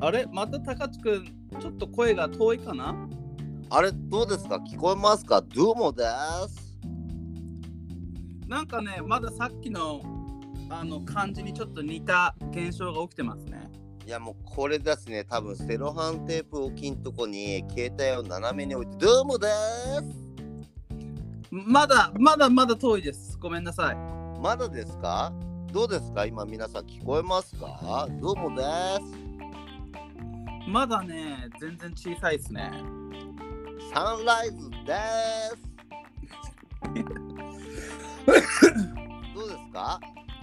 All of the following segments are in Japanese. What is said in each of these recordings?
あれまた高知くんちょっと声が遠いかな。 あれどうですか、聞こえますか？どうもです。 なんかねまださっきの感じにちょっと似た現象が起きてますね。 いやもうこれですね、多分セロハンテープ置きんとこに携帯を斜めに置いてどうもです。 まだ遠いです。ごめんなさい。 まだですか？どうですか？今皆さん聞こえますか？どうもです。 まだね全然小さいですね。 サンライズですどうですか？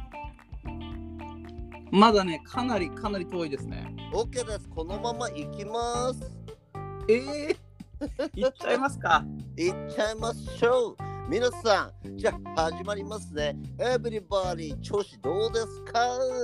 まだねかなり遠いですね。 OK です。このまま行きます。 行っちゃいますか。 行っちゃいましょう。皆さん、じゃあ始まりますね。Everybody、調子どうですか？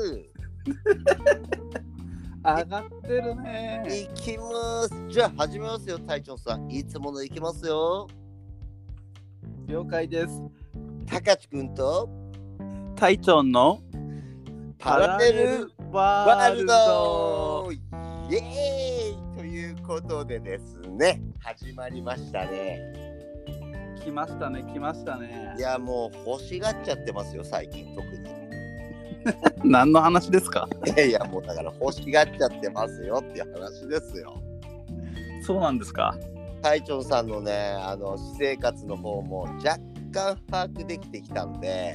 上がってるね。 行きます。じゃあ始めますよ、隊長さん。いつもの行きますよ。 了解です。 高知くんと隊長のパラレルワールド。 ドイエーイということでですね、始まりましたね。 来ましたね。 いやもう欲しがっちゃってますよ、最近特に。 何の話ですか？ いやもうだから欲しがっちゃってますよっていう話ですよ。 そうなんですか。 隊長さんのね、私生活の方も若干把握できてきたんで、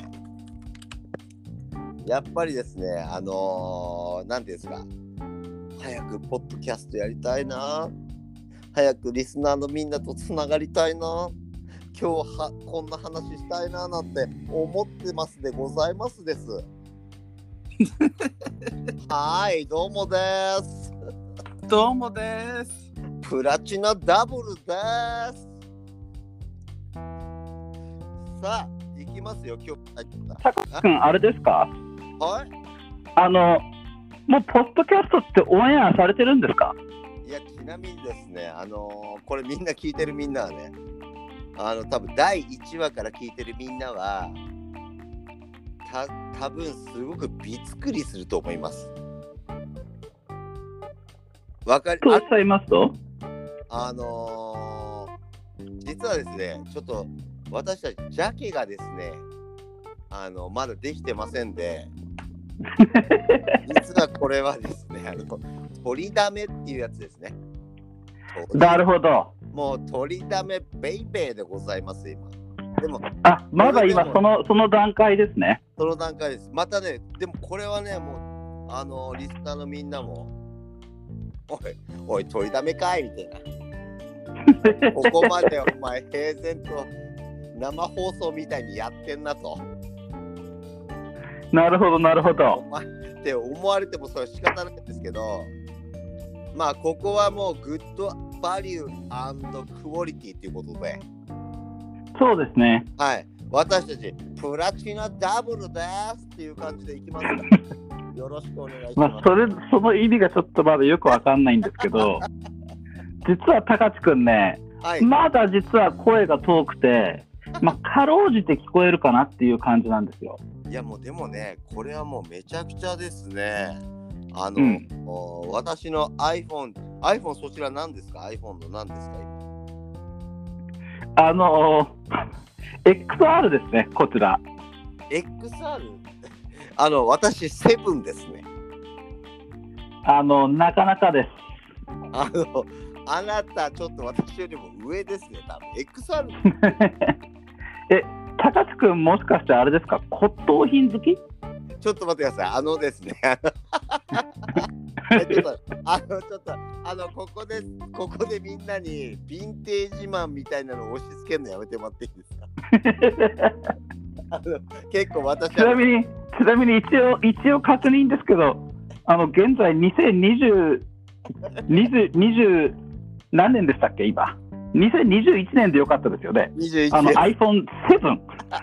やっぱりですね、なんていうんですか、早くポッドキャストやりたいな、早くリスナーのみんなとつながりたいな、今日はこんな話したいななんて思ってますでございますです。はい、どうもです。 どうもです。 プラチナダブルです。さあ、行きますよ、今日。 タカ君、あれですか？ はい。 もうポッドキャストってオンエアされてるんですか？ いや、ちなみにですね、これみんな聞いてるみんなはね、多分第1話から聞いてるみんなは、多分すごくびっくりすると思います。わかりとおっしゃいますと？ 実はですね、ちょっと私たちジャケがですね、まだできてませんで、実はこれはですね、取りだめっていうやつですね。 なるほど。 もう取りだめベイベーでございます今。でもまだ今その段階ですね。 その段階です。またね、でもこれはね、もうリスナーのみんなもおい取りだめかいみたいな。ここまでお前平然と生放送みたいにやってんなと。 なるほど。 お前って思われてもそれは仕方ないんですけど、まあここはもうグッドバリュー&クオリティということで、 そうですね。 はい、私たちプラチナダブルですっていう感じでいきますから。よろしくお願いします。 その意味がちょっとまだよくわかんないんですけど、実は高知くんね、 はい、 まだ実は声が遠くて、かろうじて聞こえるかなっていう感じなんですよ。 いやもうでもね、これはもうめちゃくちゃですね。私の iPhone そちら何ですか？ iPhone の何ですか今XR ですね、こちら。 XR？ 私7ですね。 なかなかです。 あなたちょっと私よりも上ですね、多分 XR。 高知くんもしかしてあれですか、骨董品好き？ ちょっと待ってください。ですね。ちょっとここでみんなにヴィンテージマンみたいなのを押し付けるのやめてもらっていいですか？結構私ちなみに一応確認ですけど、現在2020何年でしたっけ今？2021年でよかったですよね。 21年。 iPhone7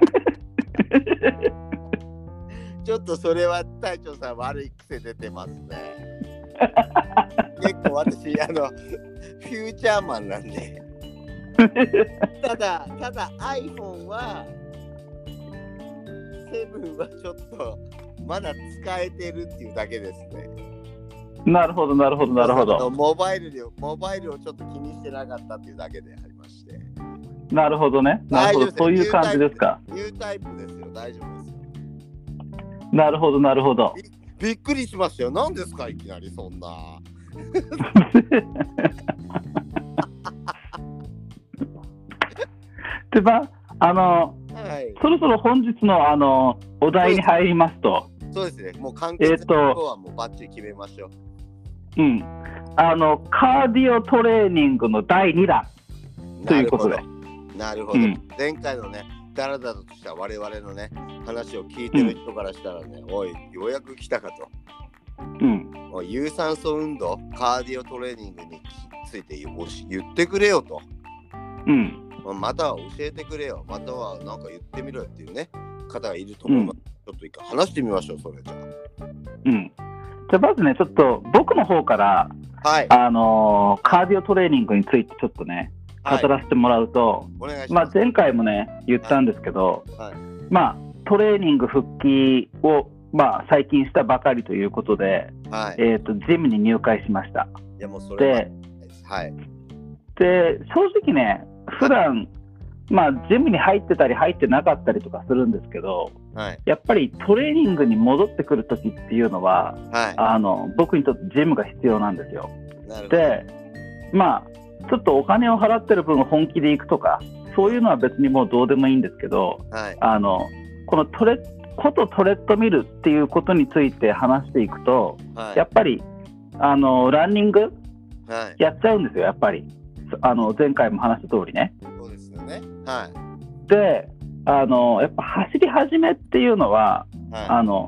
ちょっとそれは隊長さん悪い癖出てますね。結構私フューチャーマンなんで。ただ iPhone は7はちょっとまだ使えてるっていうだけですね。 なるほどなるほどなるほど。 モバイルをちょっと気にしてなかったっていうだけでありまして。 なるほどね。なるほど、そういう感じですか。 ニュータイプですよ、大丈夫ですよ。 なるほどなるほど。 びっくりしましたよ。何ですかいきなりそんな。 でまあはい、 そろそろ本日のお題に入りますと。 そうですね。もう簡潔に今日はもうバッチリ決めましょう。 うん。カーディオトレーニングの第2弾ということで。 なるほど。 うん、 前回のね、だらだらとした我々のね、話を聞いてる人からしたらね、おい、ようやく来たかと。 うん。 おい有酸素運動、カーディオトレーニングについて言ってくれよと。 うん。 または教えてくれよ。またはなんか言ってみろよっていうね、方がいると思います。ちょっと一回話してみましょう、それじゃうん。じゃあまずね、ちょっと僕の方から、 あ。はい。 カーディオトレーニングについてちょっとね、語らせてもらうと、 お願いします。 前回もね、言ったんですけど、 はい、 トレーニング復帰を、最近したばかりということで、 はい、 ジムに入会しました。 いやもうそれははい。 で、正直ね、普段、ジムに入ってたり入ってなかったりとかするんですけど、 はい、 やっぱりトレーニングに戻ってくるときっていうのは、 はい、 僕にとってジムが必要なんですよ。 なるほど。 で、ちょっとお金を払ってる分本気で行くとか、そういうのは別にもうどうでもいいんですけど、 はい、 このトレッドミルっていうことについて話していくと、 はい、 やっぱりランニングはい、 やっちゃうんですよ、やっぱり。前回も話した通りね。 そうですよね。はい。 で、やっぱ走り始めっていうのは、 はい、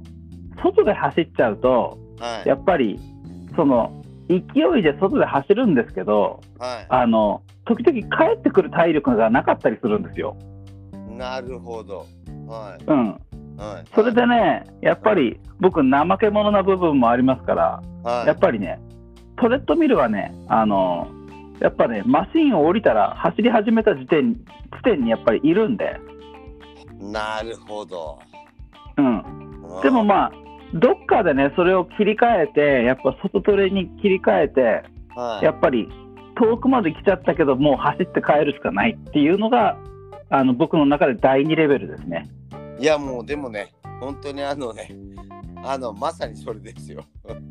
外で走っちゃうと、 はい、 やっぱりその勢いで外で走るんですけど、 はい、 時々帰ってくる体力がなかったりするんですよ。 なるほど。はい。 うん。はい、それでね、やっぱり僕怠け者な部分もありますから、はい、やっぱりね、トレッドミルはね、やっぱね、マシンを降りたら走り始めた地点にやっぱりいるんで。 なるほど。 うん。でもどっかでね、それを切り替えて、やっぱ外トレに切り替えて、はい、やっぱり遠くまで来ちゃったけど、もう走って帰るしかないっていうのが、僕の中で第2レベルですね。 いや、もうでもね、本当にまさにそれですよ。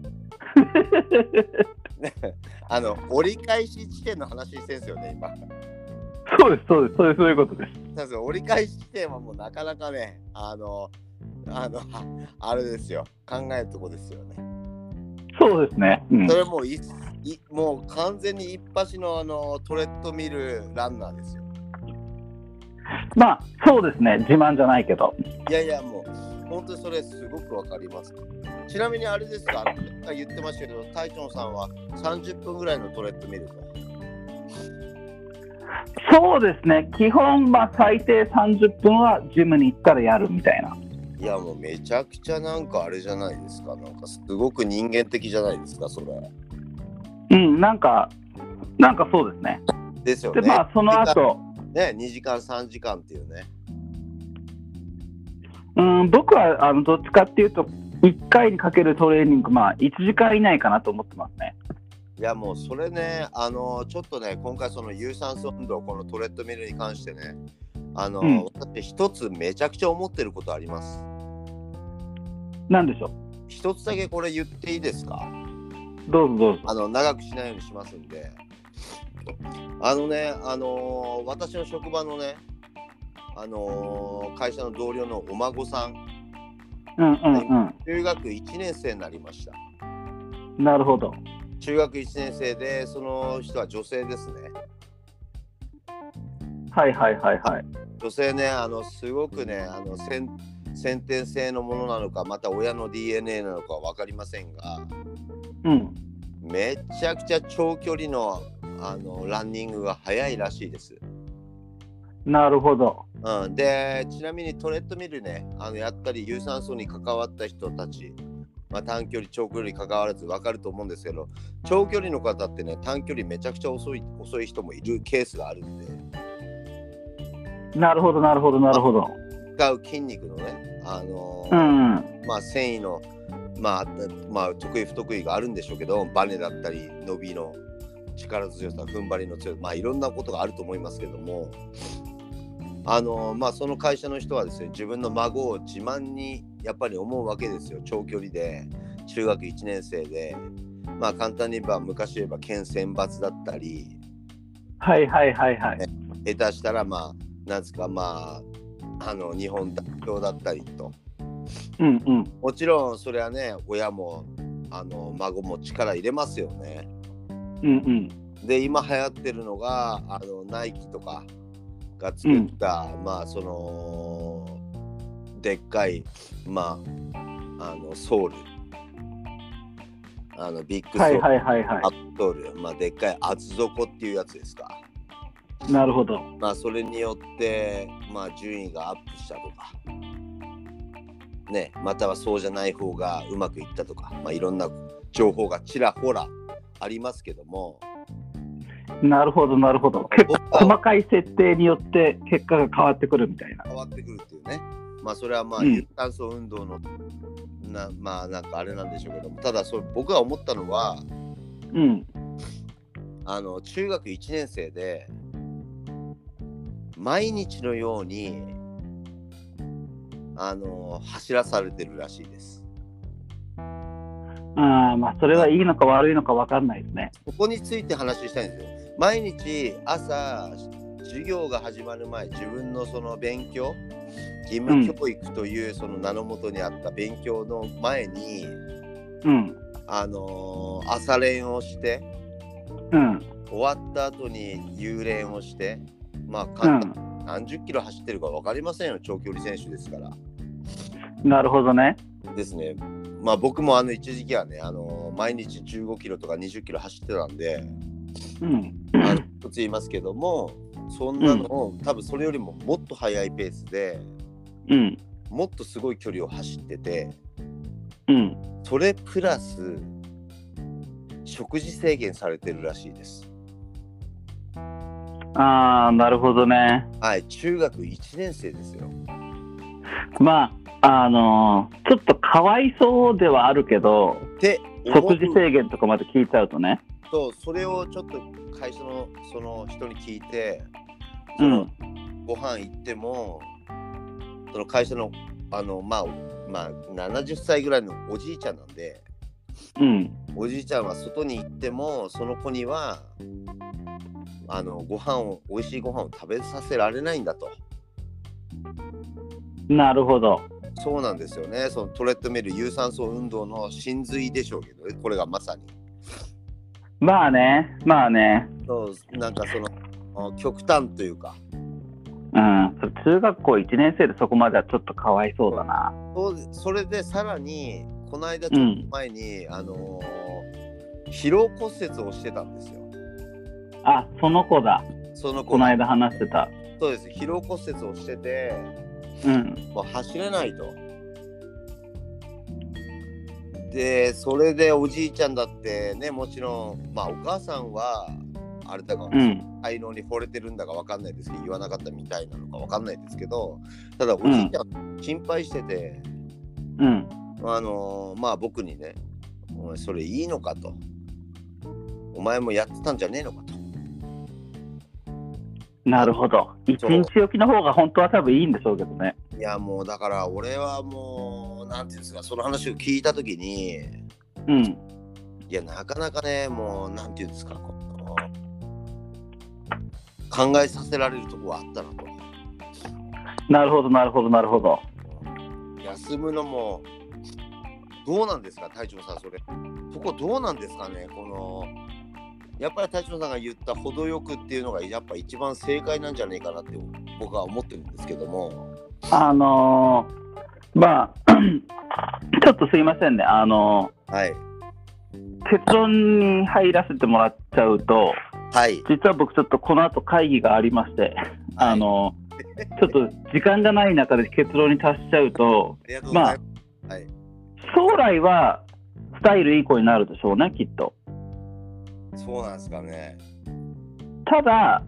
折り返し地点の話してるんですよね、今。 そういうことです。 折り返し地点はもうなかなかね、あれですよ、考えるとこですよね。 そうですね。 うん、それもう完全に一発のトレッドミルランナーですよ。 そうですね、自慢じゃないけど。 いやいや、もう本当にそれすごくわかります。ちなみにあれですか、言ってましたけど、タイチョンさんは30分ぐらいのトレッドミルと。 そうですね、基本最低30分はジムに行ったらやるみたいな。 いや、もうめちゃくちゃなんかあれじゃないですか、なんかすごく人間的じゃないですか、それ。 うん、なんかそうですね。 ですよね。 でその後ね、2時間3時間っていうね。 僕はどっちかっていうと1回にかけるトレーニング1時間以内かなと思ってますね。 いや、もうそれね、ちょっとね、今回その有酸素運動、このトレッドミルに関してね、私一つめちゃくちゃ思ってることあります。 なんでしょう。 一つだけこれ言っていいですか？ どうぞ。 長くしないようにしますんで。私の職場のね、会社の同僚のお孫さん、中学1年生になりました。 なるほど。 中学1年生で、その人は女性ですね。 はい。 女性ね、すごくね、先天性のものなのか、また親の DNA なのかは分かりませんが、めちゃくちゃ長距離のランニングが速いらしいです。 なるほど。 で、ちなみにトレッドミルね、やったり有酸素に関わった人たち、短距離長距離に関わらず分かると思うんですけど、長距離の方ってね、短距離めちゃくちゃ遅い人もいるケースがあるんで。 なるほど。 使う筋肉のね、繊維の得意不得意があるんでしょうけど、バネだったり伸びの力強さ、踏ん張りの強さ、いろんなことがあると思いますけども、その会社の人はですね、自分の孫を自慢にやっぱり思うわけですよ。長距離で中学1年生で、簡単に言えば昔言えば県選抜だったり、 はいはいはいはい。 下手したらなんですか、日本代表だったりと、もちろんそれはね、親も孫も力入れますよね。で今流行ってるのがナイキとかが作った、そのでっかいソール、ビッグソール、ソール、でっかい厚底っていうやつですか。 なるほど。 それによって、順位がアップしたとかね、またはそうじゃない方がうまくいったとか、いろんな情報がちらほらありますけども。 なるほどなるほど。結構細かい設定によって結果が変わってくるみたいな。 変わってくるっていうね。それは有酸素運動のなんかあれなんでしょうけども、ただ僕が思ったのは、中学1年生で毎日のように走らされてるらしいです。 それはいいのか悪いのか分かんないですね。 ここについて話したいんですよ。毎日朝授業が始まる前、自分のその勉強、義務教育というその名のもとにあった勉強の前に、朝練をして、終わった後に夕練をして、何十キロ走ってるか分かりませんよ、長距離選手ですから。 なるほどね。 ですね。僕も一時期はね、毎日15キロとか20キロ走ってたんで、一つ言いますけども、そんなのを、多分それよりももっと速いペースで、もっとすごい距離を走ってて、それプラス食事制限されてるらしいです。 なるほどね。 はい、中学1年生ですよ。 ちょっとかわいそうではあるけど、食事制限とかまで聞いちゃうとね。 それをちょっと会社のその人に聞いて、ご飯行っても、その会社の70歳ぐらいのおじいちゃんなんで、おじいちゃんは外に行ってもその子には美味しいご飯を食べさせられないんだと。 なるほど。 そうなんですよね。そのトレッドミル、有酸素運動の真髄でしょうけど、これがまさに。 まあね。 そうなんかその極端というか。 中学校1年生でそこまではちょっとかわいそうだな。 それでさらにこの間ちょっと前に、疲労骨折をしてたんですよ。 その子だ。この間話してた。 そうです。疲労骨折をしてて、もう走れないと。でそれでおじいちゃんだってね、もちろんお母さんはあれだか才能に惚れてるんだか分かんないですけど、言わなかったみたいなのか分かんないですけど、ただおじいちゃん心配してて、僕にね、お前それいいのかと、お前もやってたんじゃねえのかと。 なるほど。一日おきの方が本当は多分いいんでしょうけどね。 いやもうだから俺はもうなんていうんですか、その話を聞いたときに、いやなかなかね、もうなんていうんですか、考えさせられるところはあったなと。 なるほど。 休むのもどうなんですか、隊長さん、そこどうなんですかね。やっぱり隊長さんが言った程よくっていうのがやっぱ一番正解なんじゃないかなって僕は思ってるんですけども。 ちょっとすいませんね。結論に入らせてもらっちゃうと、実は僕ちょっとこの後会議がありまして、ちょっと時間がない中で結論に達しちゃうと、将来はスタイルいい子になるでしょうね、きっと。 そうなんですかね。 ただ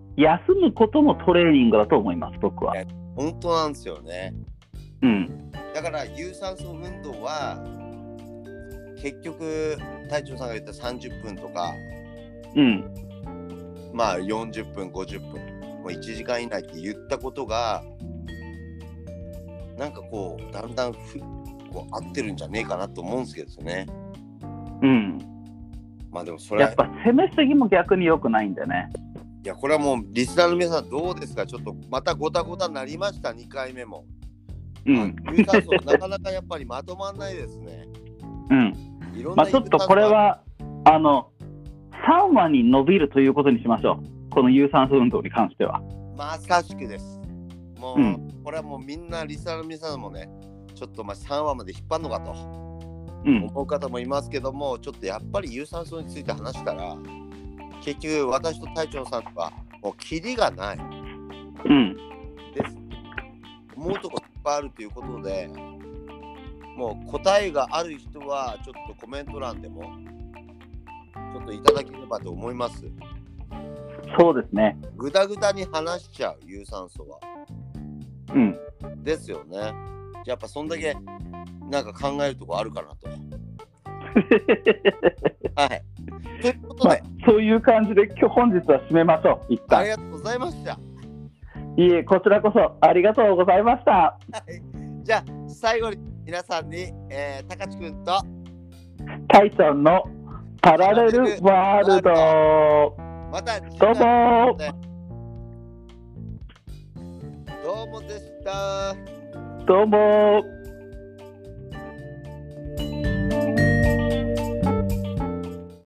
休むこともトレーニングだと思います、僕は。 本当なんですよね。 だから有酸素運動は結局隊長さんが言った30分とか、まあ40分50分もう1時間以内って言ったことがなんかこうだんだんこう合ってるんじゃねえかなと思うんですけどね。まあでもそれはやっぱ攻めすぎも逆に良くないんでね。 いやこれはもうリスナーの皆さんどうですか。ちょっとまたごたごたになりました2回目も。有酸素なかなかやっぱりまとまんないですね。いろんなちょっとこれは3話に伸びるということにしましょう。この有酸素運動に関しては。 まさしくです。もう、これはもうみんなリスナーの皆さんもねちょっと3話まで引っ張るのかと、思う方もいますけども、ちょっとやっぱり有酸素について話したら結局私と隊長さんとかもうキリがない、です思うとこいっぱいあるということで、もう答えがある人はちょっとコメント欄でもちょっといただければと思います。 そうですね。 ぐだぐだに話しちゃう有酸素は。ですよね。やっぱそんだけなんか考えるとこあるかなと。はい。ということで、 そういう感じで本日は締めましょう。一旦。 ありがとうございました。 いえ、こちらこそありがとうございました。 はい、じゃあ最後に皆さんに、高知くんとタイさんのパラレルワールド。 またどうもどうもでした。 どうも。